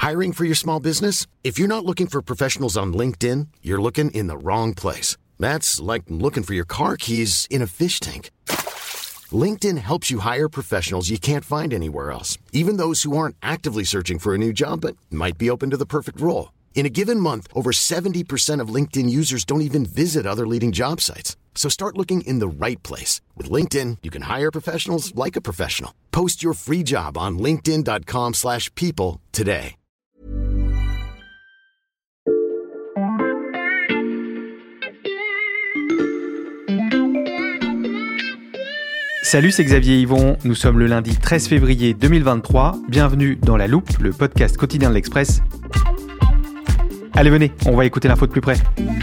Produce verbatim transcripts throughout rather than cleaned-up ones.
Hiring for your small business? If you're not looking for professionals on LinkedIn, you're looking in the wrong place. That's like looking for your car keys in a fish tank. LinkedIn helps you hire professionals you can't find anywhere else, even those who aren't actively searching for a new job but might be open to the perfect role. In a given month, over seventy percent of LinkedIn users don't even visit other leading job sites. So start looking in the right place. With LinkedIn, you can hire professionals like a professional. Post your free job on linkedin.com slash people today. Salut, c'est Xavier Yvon. Nous sommes le lundi treize février deux mille vingt-trois. Bienvenue dans La Loupe, le podcast quotidien de l'Express. Allez, venez, on va écouter l'info de plus près.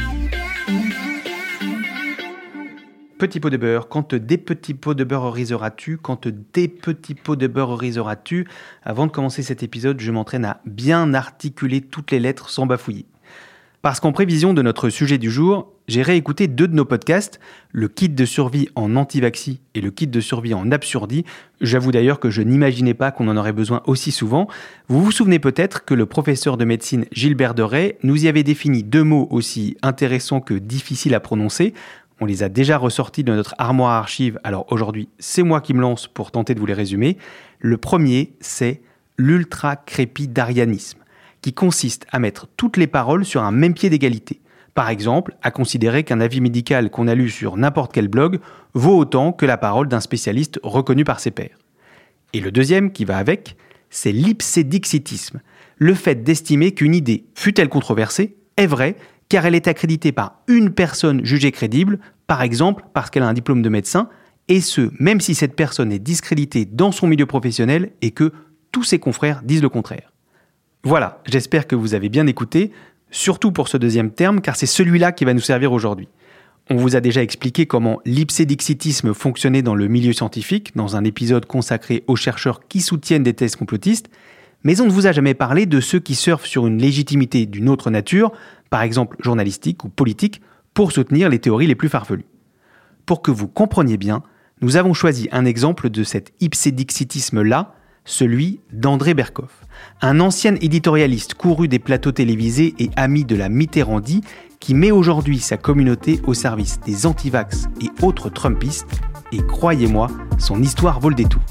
Petit pot de beurre, quand des petits pots de beurre riseras-tu, quand des petits pots de beurre riseras-tu. Avant de commencer cet épisode, je m'entraîne à bien articuler toutes les lettres sans bafouiller. Parce qu'en prévision de notre sujet du jour, j'ai réécouté deux de nos podcasts, le kit de survie en antivaxi et le kit de survie en absurdie. J'avoue d'ailleurs que je n'imaginais pas qu'on en aurait besoin aussi souvent. Vous vous souvenez peut-être que le professeur de médecine Gilbert Deray nous y avait défini deux mots aussi intéressants que difficiles à prononcer. On les a déjà ressortis de notre armoire à archives, alors aujourd'hui, c'est moi qui me lance pour tenter de vous les résumer. Le premier, c'est l'ultracrépidarianisme, qui consiste à mettre toutes les paroles sur un même pied d'égalité. Par exemple, à considérer qu'un avis médical qu'on a lu sur n'importe quel blog vaut autant que la parole d'un spécialiste reconnu par ses pairs. Et le deuxième, qui va avec, c'est l'ipsédixitisme, le fait d'estimer qu'une idée, fût-elle controversée, est vraie, car elle est accréditée par une personne jugée crédible, par exemple parce qu'elle a un diplôme de médecin, et ce, même si cette personne est discréditée dans son milieu professionnel et que tous ses confrères disent le contraire. Voilà, j'espère que vous avez bien écouté, surtout pour ce deuxième terme, car c'est celui-là qui va nous servir aujourd'hui. On vous a déjà expliqué comment l'ipsédixitisme fonctionnait dans le milieu scientifique, dans un épisode consacré aux chercheurs qui soutiennent des thèses complotistes, mais on ne vous a jamais parlé de ceux qui surfent sur une légitimité d'une autre nature, par exemple journalistique ou politique, pour soutenir les théories les plus farfelues. Pour que vous compreniez bien, nous avons choisi un exemple de cet ipsédixitisme-là, celui d'André Berkoff, un ancien éditorialiste couru des plateaux télévisés et ami de la Mitterrandie qui met aujourd'hui sa communauté au service des antivax et autres trumpistes, et croyez-moi, son histoire vaut le détour.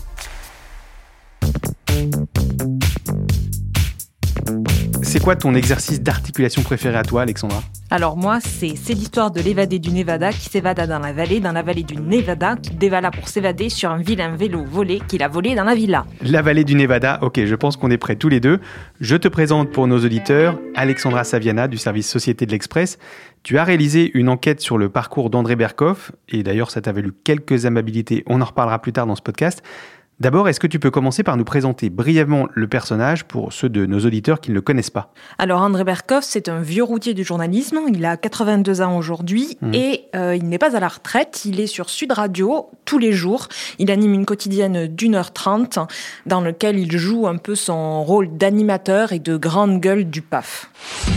C'est quoi ton exercice d'articulation préféré à toi, Alexandra ? Alors moi, c'est, c'est l'histoire de l'évadé du Nevada qui s'évada dans la vallée, dans la vallée du Nevada, qui dévala pour s'évader sur un vilain vélo volé qu'il a volé dans la villa. La vallée du Nevada, ok, je pense qu'on est prêts tous les deux. Je te présente pour nos auditeurs Alexandra Saviana du service Société de l'Express. Tu as réalisé une enquête sur le parcours d'André Berkoff, et d'ailleurs ça t'a valu quelques amabilités, on en reparlera plus tard dans ce podcast. D'abord, est-ce que tu peux commencer par nous présenter brièvement le personnage pour ceux de nos auditeurs qui ne le connaissent pas ? Alors, André Berkoff, c'est un vieux routier du journalisme. Il a quatre-vingt-deux ans aujourd'hui mmh. et euh, il n'est pas à la retraite. Il est sur Sud Radio tous les jours. Il anime une quotidienne d'une heure trente dans laquelle il joue un peu son rôle d'animateur et de grande gueule du P A F.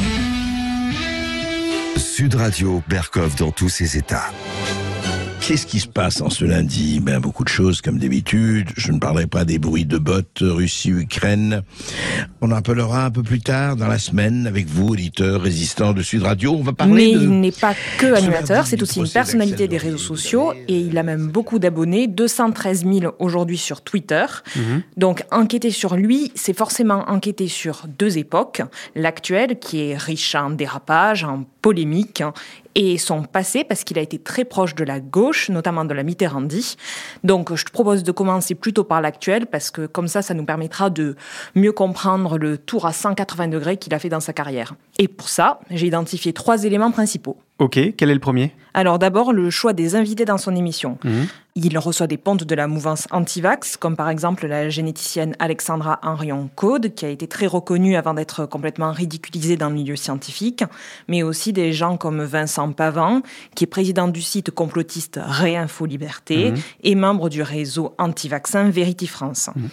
Sud Radio, Berkoff dans tous ses états. Qu'est-ce qui se passe en ce lundi ? Ben, beaucoup de choses comme d'habitude. Je ne parlerai pas des bruits de bottes Russie-Ukraine. On en parlera un peu plus tard dans la semaine avec vous, auditeurs résistants de Sud Radio. On va parler Mais de... il n'est pas que animateur, c'est aussi une personnalité des réseaux sociaux et il a même beaucoup d'abonnés, deux cent treize mille aujourd'hui sur Twitter. Mmh. Donc enquêter sur lui, c'est forcément enquêter sur deux époques. L'actuelle qui est riche en dérapages, en polémiques, et son passé, parce qu'il a été très proche de la gauche, notamment de la Mitterrandie. Donc, je te propose de commencer plutôt par l'actuel, parce que comme ça, ça nous permettra de mieux comprendre le tour à cent quatre-vingts degrés qu'il a fait dans sa carrière. Et pour ça, j'ai identifié trois éléments principaux. Ok, quel est le premier ? Alors d'abord, le choix des invités dans son émission. Mmh. Il reçoit des pontes de la mouvance anti-vax, comme par exemple la généticienne Alexandra Henrion-Caude, qui a été très reconnue avant d'être complètement ridiculisée dans le milieu scientifique, mais aussi des gens comme Vincent Pavant, qui est président du site complotiste Réinfo Liberté mmh. et membre du réseau anti-vaccin Vérité France. Mmh.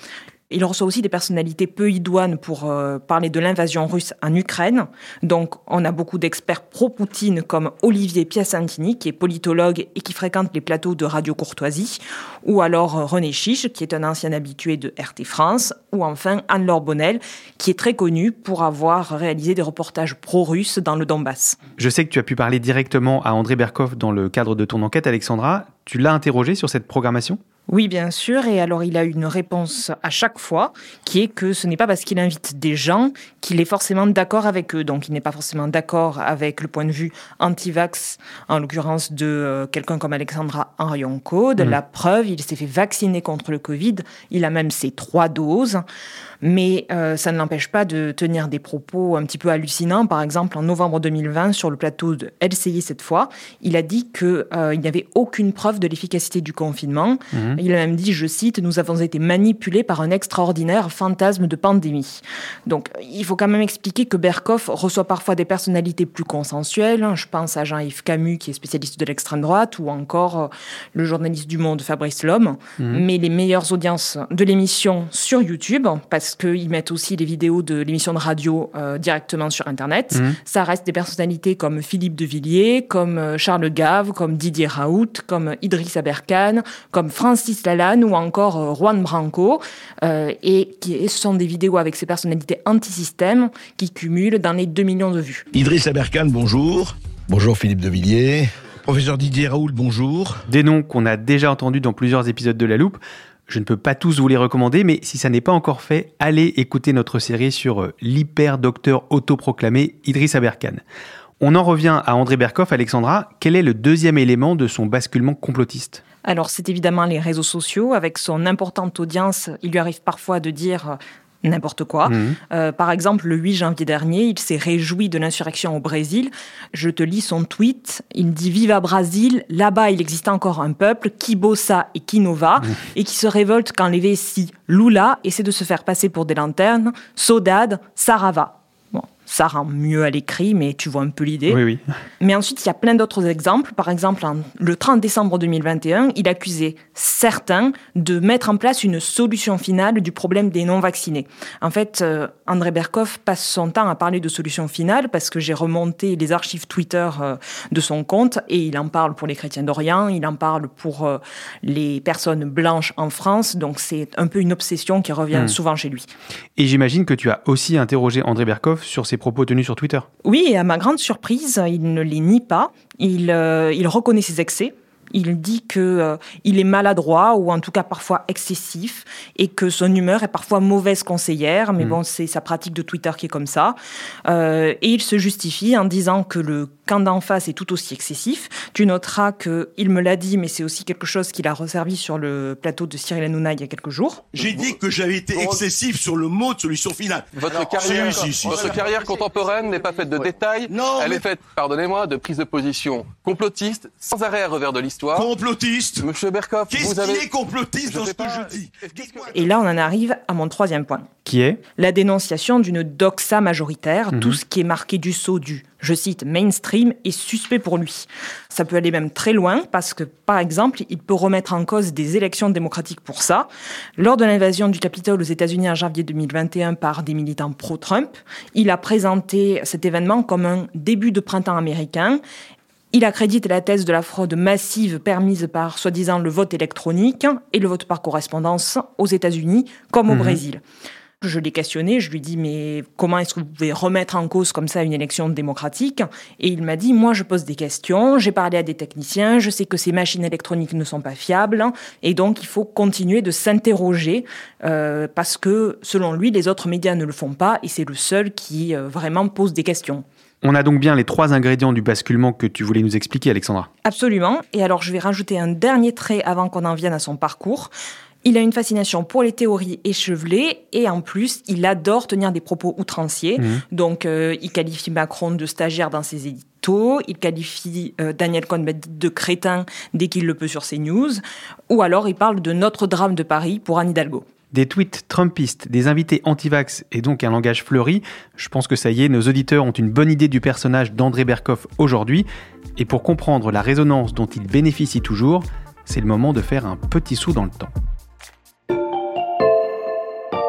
Il reçoit aussi des personnalités peu idoines pour euh, parler de l'invasion russe en Ukraine. Donc, on a beaucoup d'experts pro-Poutine comme Olivier Piacentini, qui est politologue et qui fréquente les plateaux de Radio Courtoisie, ou alors euh, René Chiche, qui est un ancien habitué de R T France, ou enfin Anne-Laure Bonnel, qui est très connue pour avoir réalisé des reportages pro-russes dans le Donbass. Je sais que tu as pu parler directement à André Berkoff dans le cadre de ton enquête, Alexandra. Tu l'as interrogé sur cette programmation ? Oui, bien sûr. Et alors, il a une réponse à chaque fois, qui est que ce n'est pas parce qu'il invite des gens qu'il est forcément d'accord avec eux. Donc, il n'est pas forcément d'accord avec le point de vue anti-vax, en l'occurrence de euh, quelqu'un comme Alexandra Henrion-Caude. Mmh. La preuve, il s'est fait vacciner contre le Covid. Il a même ses trois doses. Mais euh, ça ne l'empêche pas de tenir des propos un petit peu hallucinants. Par exemple, en novembre deux mille vingt, sur le plateau de L C I cette fois, il a dit qu'il euh, n'y avait aucune preuve de l'efficacité du confinement. Mmh. Il a même dit, je cite, « Nous avons été manipulés par un extraordinaire fantasme de pandémie ». Donc, il faut quand même expliquer que Berkoff reçoit parfois des personnalités plus consensuelles. Je pense à Jean-Yves Camus, qui est spécialiste de l'extrême droite, ou encore euh, le journaliste du Monde, Fabrice Lhomme. Mmh. Mais les meilleures audiences de l'émission sur YouTube, parce Parce qu'ils mettent aussi les vidéos de l'émission de radio euh, directement sur Internet. Mmh. Ça reste des personnalités comme Philippe de Villiers, comme Charles Gave, comme Didier Raoult, comme Idriss Aberkane, comme Francis Lalanne ou encore euh, Juan Branco. Euh, et, qui, et ce sont des vidéos avec ces personnalités anti-système qui cumulent dans les deux millions de vues. Idriss Aberkane, bonjour. Bonjour Philippe de Villiers. Professeur Didier Raoult, bonjour. Des noms qu'on a déjà entendus dans plusieurs épisodes de La Loupe. Je ne peux pas tous vous les recommander, mais si ça n'est pas encore fait, allez écouter notre série sur l'hyper-docteur autoproclamé Idriss Aberkane. On en revient à André Berkoff. Alexandra, quel est le deuxième élément de son basculement complotiste ? Alors, c'est évidemment les réseaux sociaux. Avec son importante audience, il lui arrive parfois de dire n'importe quoi. Mmh. Euh, par exemple, le huit janvier dernier, il s'est réjoui de l'insurrection au Brésil. Je te lis son tweet. Il dit « Viva Brasil, là-bas il existe encore un peuple, qui bossa et qui nova, mmh. et qui se révolte quand les Vessi, Lula, essaient de se faire passer pour des lanternes, Saudade, Sarava ». Bon, ça rend mieux à l'écrit, mais tu vois un peu l'idée. Oui, oui. Mais ensuite, il y a plein d'autres exemples. Par exemple, en, le trente décembre deux mille vingt et un, il accusait certains de mettre en place une solution finale du problème des non-vaccinés. En fait, euh, André Berkoff passe son temps à parler de solution finale parce que j'ai remonté les archives Twitter euh, de son compte et il en parle pour les chrétiens d'Orient, il en parle pour euh, les personnes blanches en France. Donc, c'est un peu une obsession qui revient mmh. souvent chez lui. Et j'imagine que tu as aussi interrogé André Berkoff sur ses propos tenus sur Twitter. Oui, et à ma grande surprise, il ne les nie pas. Il, euh, il reconnaît ses excès. Il dit qu'il euh, est maladroit ou en tout cas parfois excessif et que son humeur est parfois mauvaise conseillère. Mais mmh. bon, c'est sa pratique de Twitter qui est comme ça. Euh, et il se justifie en disant que le camp d'en face est tout aussi excessif. Tu noteras qu'il me l'a dit, mais c'est aussi quelque chose qu'il a resservi sur le plateau de Cyril Hanouna il y a quelques jours. J'ai dit que j'avais été excessif sur le mot de solution finale. Votre, Alors, carrière, si, si, si, votre si, carrière contemporaine n'est pas faite de ouais. détails. Non, Elle mais... est faite, pardonnez-moi, de prise de position complotiste, sans arrêt à revers de l'histoire. Complotiste. Monsieur Berkoff, Qu'est-ce vous avez... qui est complotiste dans ce que je dis ? Et là, on en arrive à mon troisième point. Qui est ? La dénonciation d'une doxa majoritaire. Mmh. Tout ce qui est marqué du sceau du, je cite, mainstream est suspect pour lui. Ça peut aller même très loin parce que, par exemple, il peut remettre en cause des élections démocratiques pour ça. Lors de l'invasion du Capitole aux États-Unis en janvier deux mille vingt et un par des militants pro-Trump, il a présenté cet événement comme un début de printemps américain. Il accrédite la thèse de la fraude massive permise par, soi-disant, le vote électronique et le vote par correspondance aux États-Unis comme au mmh. Brésil. Je l'ai questionné, je lui ai dit « Mais comment est-ce que vous pouvez remettre en cause comme ça une élection démocratique ?» Et il m'a dit « Moi, je pose des questions, j'ai parlé à des techniciens, je sais que ces machines électroniques ne sont pas fiables, et donc il faut continuer de s'interroger euh, parce que, selon lui, les autres médias ne le font pas, et c'est le seul qui euh, vraiment pose des questions. » On a donc bien les trois ingrédients du basculement que tu voulais nous expliquer, Alexandra. Absolument. Et alors, je vais rajouter un dernier trait avant qu'on en vienne à son parcours. Il a une fascination pour les théories échevelées et en plus, il adore tenir des propos outranciers. Mmh. Donc, euh, il qualifie Macron de stagiaire dans ses éditos, il qualifie euh, Daniel Cohn-Bendit de crétin dès qu'il le peut sur CNews, ou alors il parle de Notre-Dame de Paris pour Anne Hidalgo. Des tweets trumpistes, des invités anti-vax et donc un langage fleuri. Je pense que ça y est, nos auditeurs ont une bonne idée du personnage d'André Berkoff aujourd'hui. Et pour comprendre la résonance dont il bénéficie toujours, c'est le moment de faire un petit saut dans le temps.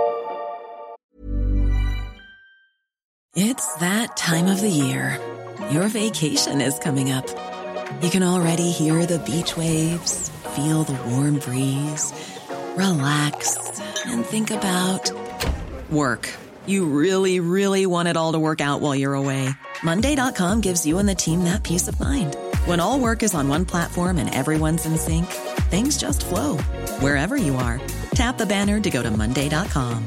It's that time of the year. Your vacation is coming up. You can already hear the beach waves, feel the warm breeze, relax, and think about work. You really, really want it all to work out while you're away. Monday dot com gives you and the team that peace of mind. When all work is on one platform and everyone's in sync, things just flow. Wherever you are, tap the banner to go to Monday dot com.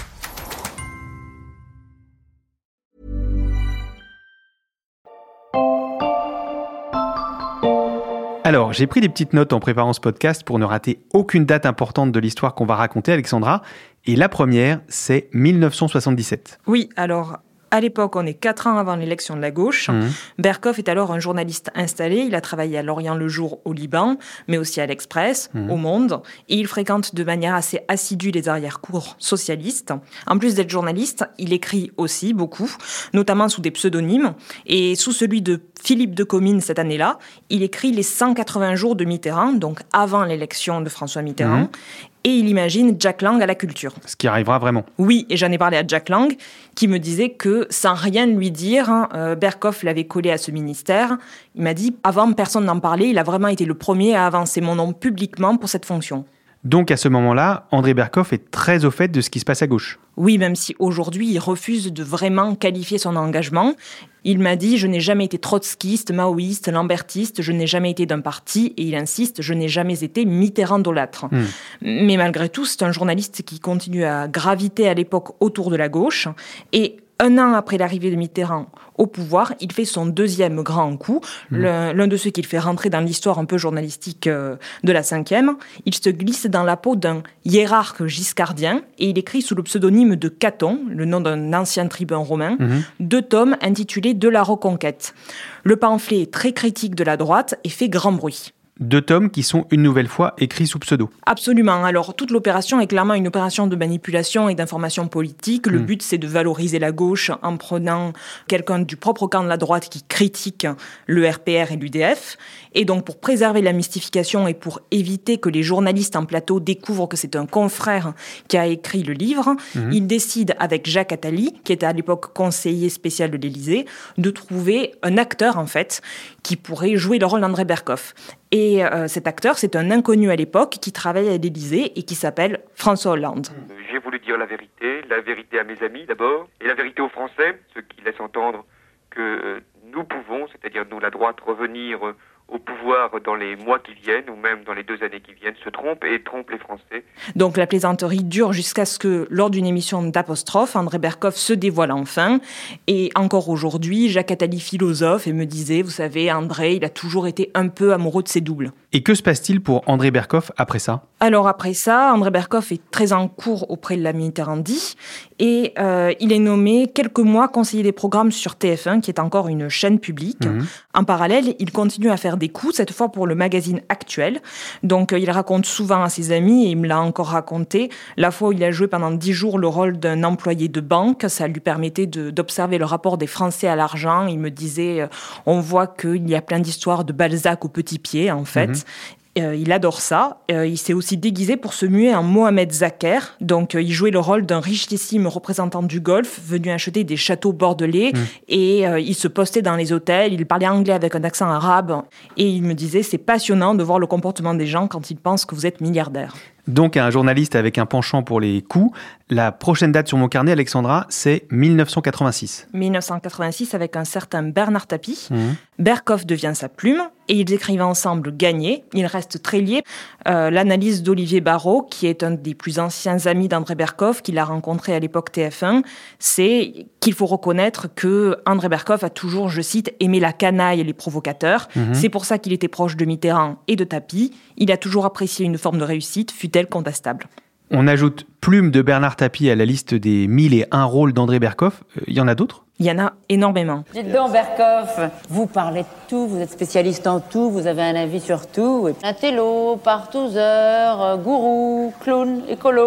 Alors, j'ai pris des petites notes en préparant ce podcast pour ne rater aucune date importante de l'histoire qu'on va raconter, Alexandra. Et la première, c'est dix-neuf cent soixante-dix-sept. Oui, alors... À l'époque, on est quatre ans avant l'élection de la gauche. Mmh. Berkoff est alors un journaliste installé. Il a travaillé à L'Orient le Jour au Liban, mais aussi à l'Express, mmh. au Monde. Et il fréquente de manière assez assidue les arrière-cours socialistes. En plus d'être journaliste, il écrit aussi beaucoup, notamment sous des pseudonymes. Et sous celui de Philippe de Comines cette année-là, il écrit les cent quatre-vingts jours de Mitterrand, donc avant l'élection de François Mitterrand. Mmh. Et il imagine Jack Lang à la culture. Ce qui arrivera vraiment. Oui, et j'en ai parlé à Jack Lang, qui me disait que, sans rien lui dire, hein, euh, Berkoff l'avait collé à ce ministère. Il m'a dit, avant, personne n'en parlait, il a vraiment été le premier à avancer mon nom publiquement pour cette fonction. Donc à ce moment-là, André Berkoff est très au fait de ce qui se passe à gauche. Oui, même si aujourd'hui, il refuse de vraiment qualifier son engagement. Il m'a dit « Je n'ai jamais été trotskiste, maoïste, lambertiste, je n'ai jamais été d'un parti. » Et il insiste « Je n'ai jamais été mitterrandolâtre. Mmh. » Mais malgré tout, c'est un journaliste qui continue à graviter à l'époque autour de la gauche. Et un an après l'arrivée de Mitterrand au pouvoir, il fait son deuxième grand coup, mmh. l'un, l'un de ceux qu'il fait rentrer dans l'histoire un peu journalistique euh, de la cinquième. Il se glisse dans la peau d'un hiérarque giscardien et il écrit sous le pseudonyme de Caton, le nom d'un ancien tribun romain, mmh. deux tomes intitulés « De la Reconquête ». Le pamphlet est très critique de la droite et fait grand bruit. Deux tomes qui sont une nouvelle fois écrits sous pseudo. Absolument. Alors, toute l'opération est clairement une opération de manipulation et d'information politique. Le mmh. but, c'est de valoriser la gauche en prenant quelqu'un du propre camp de la droite qui critique le R P R et l'U D F. Et donc, pour préserver la mystification et pour éviter que les journalistes en plateau découvrent que c'est un confrère qui a écrit le livre, mmh. ils décident, avec Jacques Attali, qui était à l'époque conseiller spécial de l'Élysée, de trouver un acteur, en fait, qui pourrait jouer le rôle d'André Berkoff. Et euh, cet acteur, c'est un inconnu à l'époque qui travaille à l'Élysée et qui s'appelle François Hollande. J'ai voulu dire la vérité, la vérité à mes amis d'abord, et la vérité aux Français, ce qui laisse entendre que euh, nous pouvons, c'est-à-dire nous la droite, revenir euh, au pouvoir dans les mois qui viennent, ou même dans les deux années qui viennent, se trompe et trompe les Français. Donc la plaisanterie dure jusqu'à ce que, lors d'une émission d'Apostrophe, André Berkoff se dévoile enfin. Et encore aujourd'hui, Jacques Attali philosophe et me disait, vous savez, André, il a toujours été un peu amoureux de ses doubles. Et que se passe-t-il pour André Berkoff après ça ? Alors après ça, André Berkoff est très en cours auprès de la Mitterrandie et euh, il est nommé quelques mois conseiller des programmes sur T F un, qui est encore une chaîne publique. Mmh. En parallèle, il continue à faire des coups, cette fois pour le magazine Actuel. Donc euh, il raconte souvent à ses amis, et il me l'a encore raconté, la fois où il a joué pendant dix jours le rôle d'un employé de banque. Ça lui permettait de, d'observer le rapport des Français à l'argent. Il me disait, euh, on voit qu'il y a plein d'histoires de Balzac au petit pied, en fait. Mmh. Euh, il adore ça. Euh, il s'est aussi déguisé pour se muer en Mohamed Zacher. Donc, euh, il jouait le rôle d'un richissime représentant du Golfe venu acheter des châteaux bordelais. Mmh. Et euh, il se postait dans les hôtels. Il parlait anglais avec un accent arabe. Et il me disait, c'est passionnant de voir le comportement des gens quand ils pensent que vous êtes milliardaire. Donc, un journaliste avec un penchant pour les coups. La prochaine date sur mon carnet, Alexandra, c'est dix-neuf cent quatre-vingt-six. dix-neuf cent quatre-vingt-six avec un certain Bernard Tapie. Mmh. Berkoff devient sa plume et ils écrivent ensemble Gagné. Ils restent très liés. Euh, l'analyse d'Olivier Barrault, qui est un des plus anciens amis d'André Berkoff, qu'il a rencontré à l'époque T F un, c'est qu'il faut reconnaître que André Berkoff a toujours, je cite, aimé la canaille et les provocateurs. Mmh. C'est pour ça qu'il était proche de Mitterrand et de Tapie. Il a toujours apprécié une forme de réussite, fût-elle contestable. On ajoute Plume de Bernard Tapie à la liste des mille et un rôles d'André Berkoff. Il y en a d'autres ? Il y en a énormément. Dites donc, Berkoff, vous parlez de tout, vous êtes spécialiste en tout, vous avez un avis sur tout. Intello, partouzeur, gourou, clown, écolo.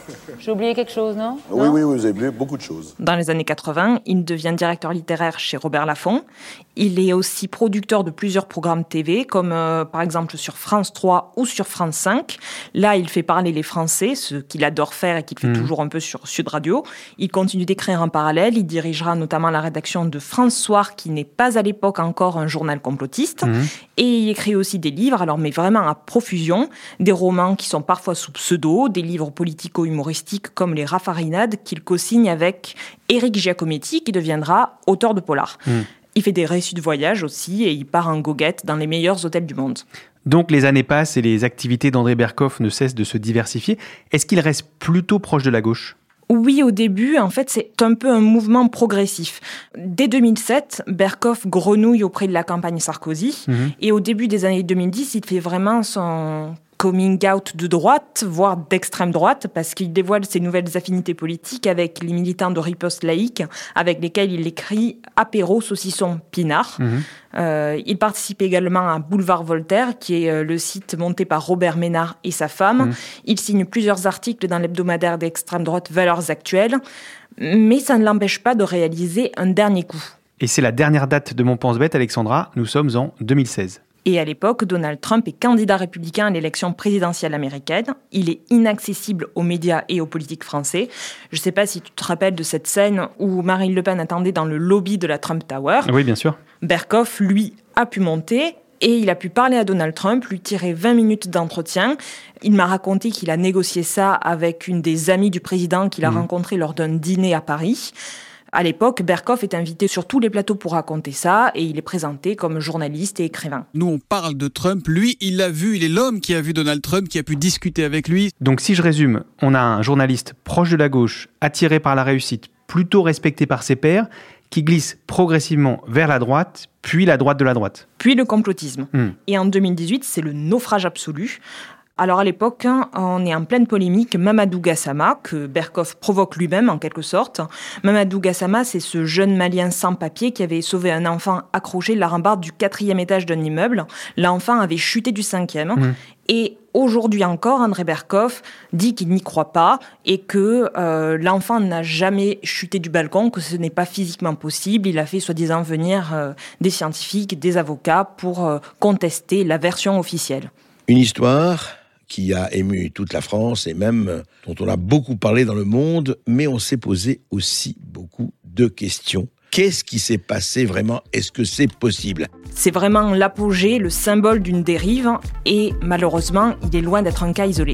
J'ai oublié quelque chose, non? Oui, non oui, vous avez oublié beaucoup de choses. Dans les années quatre-vingts, il devient directeur littéraire chez Robert Laffont. Il est aussi producteur de plusieurs programmes T V, comme euh, par exemple sur France trois ou sur France cinq. Là, il fait parler les Français, ce qu'il adore faire et qu'il fait mmh. toujours un peu sur Sud Radio. Il continue d'écrire en parallèle. Il dirigera notamment la rédaction de France Soir, qui n'est pas à l'époque encore un journal complotiste. Mmh. Et il écrit aussi des livres, alors mais vraiment à profusion, des romans qui sont parfois sous pseudo, des livres politico-humoristiques comme Les Raffarinades qu'il co-signe avec Éric Giacometti, qui deviendra auteur de polar. Mmh. Il fait des récits de voyage aussi et il part en goguette dans les meilleurs hôtels du monde. Donc les années passent et les activités d'André Berkoff ne cessent de se diversifier. Est-ce qu'il reste plutôt proche de la gauche ? Oui, au début, en fait, c'est un peu un mouvement progressif. Dès deux mille sept, Berkoff grenouille auprès de la campagne Sarkozy. Mmh. Et au début des années deux mille dix, il fait vraiment son coming out de droite, voire d'extrême droite, parce qu'il dévoile ses nouvelles affinités politiques avec les militants de Riposte laïque, avec lesquels il écrit Apéro, saucisson, pinard. Mmh. Euh, il participe également à Boulevard Voltaire, qui est le site monté par Robert Ménard et sa femme. Mmh. Il signe plusieurs articles dans l'hebdomadaire d'extrême droite Valeurs Actuelles, mais ça ne l'empêche pas de réaliser un dernier coup. Et c'est la dernière date de Mon Pense-Bête, Alexandra. Nous sommes en deux mille seize. Et à l'époque, Donald Trump est candidat républicain à l'élection présidentielle américaine. Il est inaccessible aux médias et aux politiques français. Je ne sais pas si tu te rappelles de cette scène où Marine Le Pen attendait dans le lobby de la Trump Tower. Oui, bien sûr. Berkoff, lui, a pu monter et il a pu parler à Donald Trump, lui tirer vingt minutes d'entretien. Il m'a raconté qu'il a négocié ça avec une des amies du président qu'il a mmh. rencontré lors d'un dîner à Paris. À l'époque, Berkoff est invité sur tous les plateaux pour raconter ça et il est présenté comme journaliste et écrivain. Nous, on parle de Trump. Lui, il l'a vu. Il est l'homme qui a vu Donald Trump, qui a pu discuter avec lui. Donc, si je résume, on a un journaliste proche de la gauche, attiré par la réussite, plutôt respecté par ses pairs, qui glisse progressivement vers la droite, puis la droite de la droite. Puis le complotisme. Mmh. Et en deux mille dix-huit, c'est le naufrage absolu. Alors à l'époque, on est en pleine polémique. Mamadou Gassama, que Berkoff provoque lui-même en quelque sorte. Mamadou Gassama, c'est ce jeune Malien sans papier qui avait sauvé un enfant accroché de la rambarde du quatrième étage d'un immeuble. L'enfant avait chuté du cinquième. Mmh. Et aujourd'hui encore, André Berkoff dit qu'il n'y croit pas et que euh, l'enfant n'a jamais chuté du balcon, que ce n'est pas physiquement possible. Il a fait soi-disant venir euh, des scientifiques, des avocats pour euh, contester la version officielle. Une histoire qui a ému toute la France et même dont on a beaucoup parlé dans le monde, mais on s'est posé aussi beaucoup de questions. Qu'est-ce qui s'est passé vraiment ? Est-ce que c'est possible ? C'est vraiment l'apogée, le symbole d'une dérive, et malheureusement, il est loin d'être un cas isolé.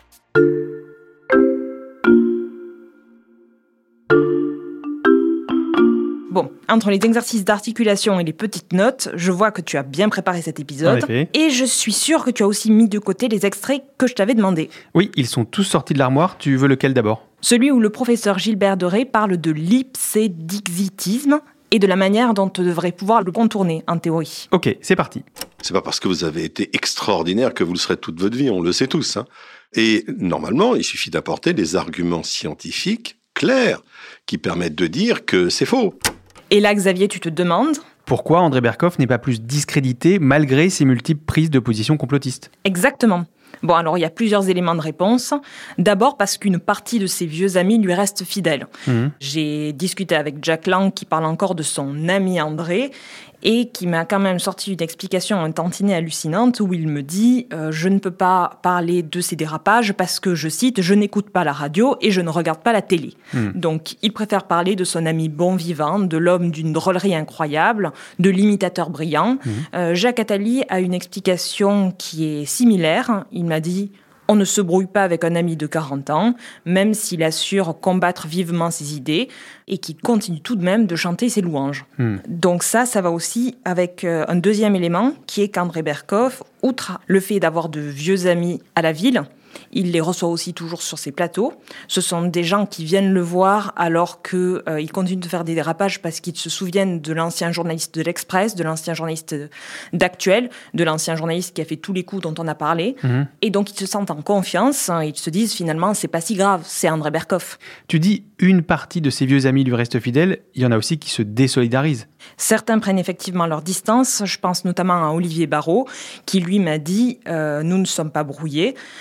Bon, entre les exercices d'articulation et les petites notes, je vois que tu as bien préparé cet épisode. Et je suis sûre que tu as aussi mis de côté les extraits que je t'avais demandé. Oui, ils sont tous sortis de l'armoire. Tu veux lequel d'abord ? Celui où le professeur Gilbert Deray parle de l'ipsédixitisme et de la manière dont on devrait pouvoir le contourner, en théorie. Ok, c'est parti. C'est pas parce que vous avez été extraordinaire que vous le serez toute votre vie, on le sait tous. Hein. Et normalement, il suffit d'apporter des arguments scientifiques clairs qui permettent de dire que c'est faux. Et là, Xavier, tu te demandes ? Pourquoi André Berkoff n'est pas plus discrédité malgré ses multiples prises de position complotistes ? Exactement. Bon, alors il y a plusieurs éléments de réponse. D'abord parce qu'une partie de ses vieux amis lui reste fidèle. Mmh. J'ai discuté avec Jack Lang qui parle encore de son ami André et qui m'a quand même sorti une explication un tantinet hallucinante où il me dit euh, « Je ne peux pas parler de ces dérapages parce que, je cite, je n'écoute pas la radio et je ne regarde pas la télé. Mmh. » Donc, il préfère parler de son ami bon vivant, de l'homme d'une drôlerie incroyable, de l'imitateur brillant. Mmh. Euh, Jacques Attali a une explication qui est similaire. Il m'a dit « On ne se brouille pas avec un ami de quarante ans, même s'il assure combattre vivement ses idées et qu'il continue tout de même de chanter ses louanges. Hmm. » Donc ça, ça va aussi avec euh, un deuxième élément qui est qu'André Berkoff, outre le fait d'avoir de vieux amis à la ville, il les reçoit aussi toujours sur ses plateaux. Ce sont des gens qui viennent le voir alors qu'il euh, continue de faire des dérapages parce qu'ils se souviennent de l'ancien journaliste de l'Express, de l'ancien journaliste d'Actuel, de l'ancien journaliste qui a fait tous les coups dont on a parlé. Mmh. Et donc, ils se sentent en confiance. Hein, ils se disent, finalement, c'est pas si grave, c'est André Berkoff. Tu dis, une partie de ses vieux amis lui reste fidèle. Il y en a aussi qui se désolidarisent. Certains prennent effectivement leur distance. Je pense notamment à Olivier Barrault, qui lui m'a dit euh, « Nous ne sommes pas brouillés, mais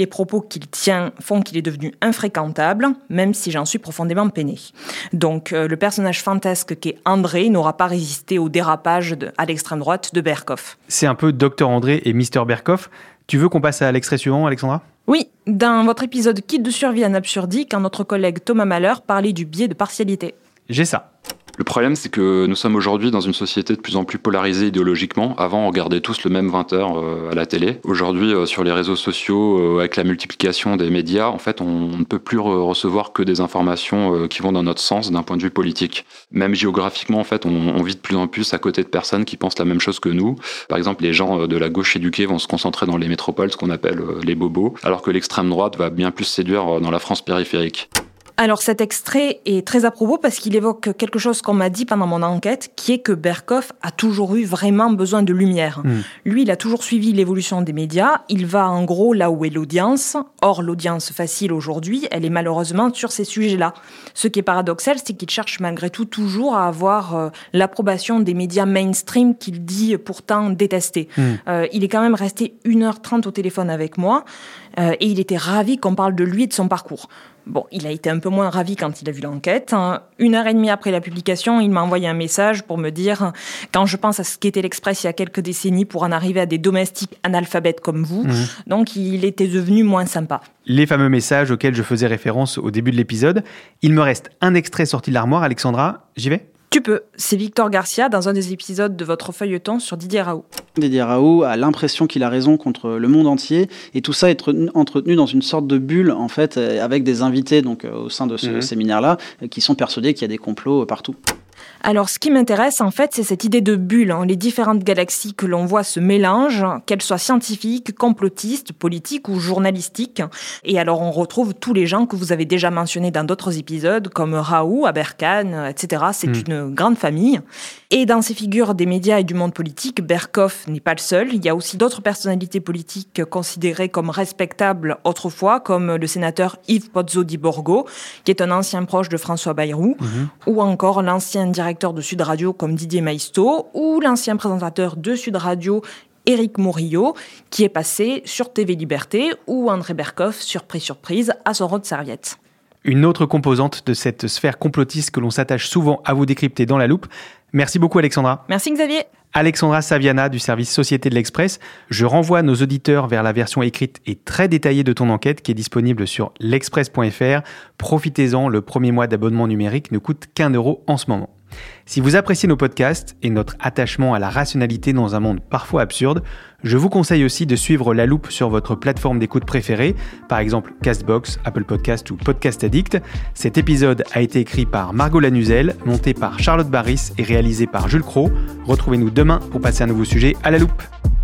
les propos qu'il tient font qu'il est devenu infréquentable, même si j'en suis profondément peinée. Donc euh, le personnage fantasque qu'est André n'aura pas résisté au dérapage de, à l'extrême droite de Berkoff. C'est un peu docteur André et mister Berkoff. Tu veux qu'on passe à l'extrait suivant, Alexandra ? Oui, dans votre épisode Kit de survie en absurdie, quand notre collègue Thomas Malheur parlait du biais de partialité. J'ai ça. Le problème, c'est que nous sommes aujourd'hui dans une société de plus en plus polarisée idéologiquement. Avant, on regardait tous le même vingt heures euh, à la télé. Aujourd'hui, euh, sur les réseaux sociaux, euh, avec la multiplication des médias, en fait, on ne peut plus re- recevoir que des informations euh, qui vont dans notre sens d'un point de vue politique. Même géographiquement, en fait, on, on vit de plus en plus à côté de personnes qui pensent la même chose que nous. Par exemple, les gens de la gauche éduquée vont se concentrer dans les métropoles, ce qu'on appelle euh, les bobos, alors que l'extrême droite va bien plus séduire euh, dans la France périphérique. Alors cet extrait est très à propos parce qu'il évoque quelque chose qu'on m'a dit pendant mon enquête, qui est que Berkoff a toujours eu vraiment besoin de lumière. Mmh. Lui, il a toujours suivi l'évolution des médias, il va en gros là où est l'audience. Or, l'audience facile aujourd'hui, elle est malheureusement sur ces sujets-là. Ce qui est paradoxal, c'est qu'il cherche malgré tout toujours à avoir euh, l'approbation des médias mainstream qu'il dit pourtant détester. Mmh. Euh, il est quand même resté une heure trente au téléphone avec moi euh, et il était ravi qu'on parle de lui et de son parcours. Bon, il a été un peu moins ravi quand il a vu l'enquête. Une heure et demie après la publication, il m'a envoyé un message pour me dire « Quand je pense à ce qu'était l'Express il y a quelques décennies pour en arriver à des domestiques analphabètes comme vous, mmh. donc il était devenu moins sympa. » Les fameux messages auxquels je faisais référence au début de l'épisode. Il me reste un extrait sorti de l'armoire, Alexandra. J'y vais ? Tu peux. C'est Victor Garcia dans un des épisodes de votre feuilleton sur Didier Raoult. Didier Raoult a l'impression qu'il a raison contre le monde entier et tout ça est entretenu dans une sorte de bulle en fait avec des invités donc au sein de ce mmh. séminaire-là qui sont persuadés qu'il y a des complots partout. Alors, ce qui m'intéresse, en fait, c'est cette idée de bulle. Hein. Les différentes galaxies que l'on voit se mélangent, qu'elles soient scientifiques, complotistes, politiques ou journalistiques. Et alors, on retrouve tous les gens que vous avez déjà mentionnés dans d'autres épisodes, comme Raoult, Aberkan, et cetera. C'est mmh. une grande famille. Et dans ces figures des médias et du monde politique, Berkoff n'est pas le seul. Il y a aussi d'autres personnalités politiques considérées comme respectables autrefois, comme le sénateur Yves Pozzo di Borgo, qui est un ancien proche de François Bayrou, mmh. ou encore l'ancien directeur de Sud Radio comme Didier Maisto, ou l'ancien présentateur de Sud Radio, Éric Morillo, qui est passé sur T V Liberté, ou André Berkoff, surprise surprise, à son rôle de serviette. Une autre composante de cette sphère complotiste que l'on s'attache souvent à vous décrypter dans la loupe. Merci beaucoup Alexandra. Merci Xavier. Alexandra Saviana du service Société de l'Express. Je renvoie nos auditeurs vers la version écrite et très détaillée de ton enquête qui est disponible sur l'express point f r. Profitez-en, le premier mois d'abonnement numérique ne coûte qu'un euro en ce moment. Si vous appréciez nos podcasts et notre attachement à la rationalité dans un monde parfois absurde, je vous conseille aussi de suivre La Loupe sur votre plateforme d'écoute préférée, par exemple Castbox, Apple Podcast ou Podcast Addict. Cet épisode a été écrit par Margot Lanuzel, monté par Charlotte Barris et réalisé par Jules Cros. Retrouvez-nous demain pour passer un nouveau sujet à La Loupe.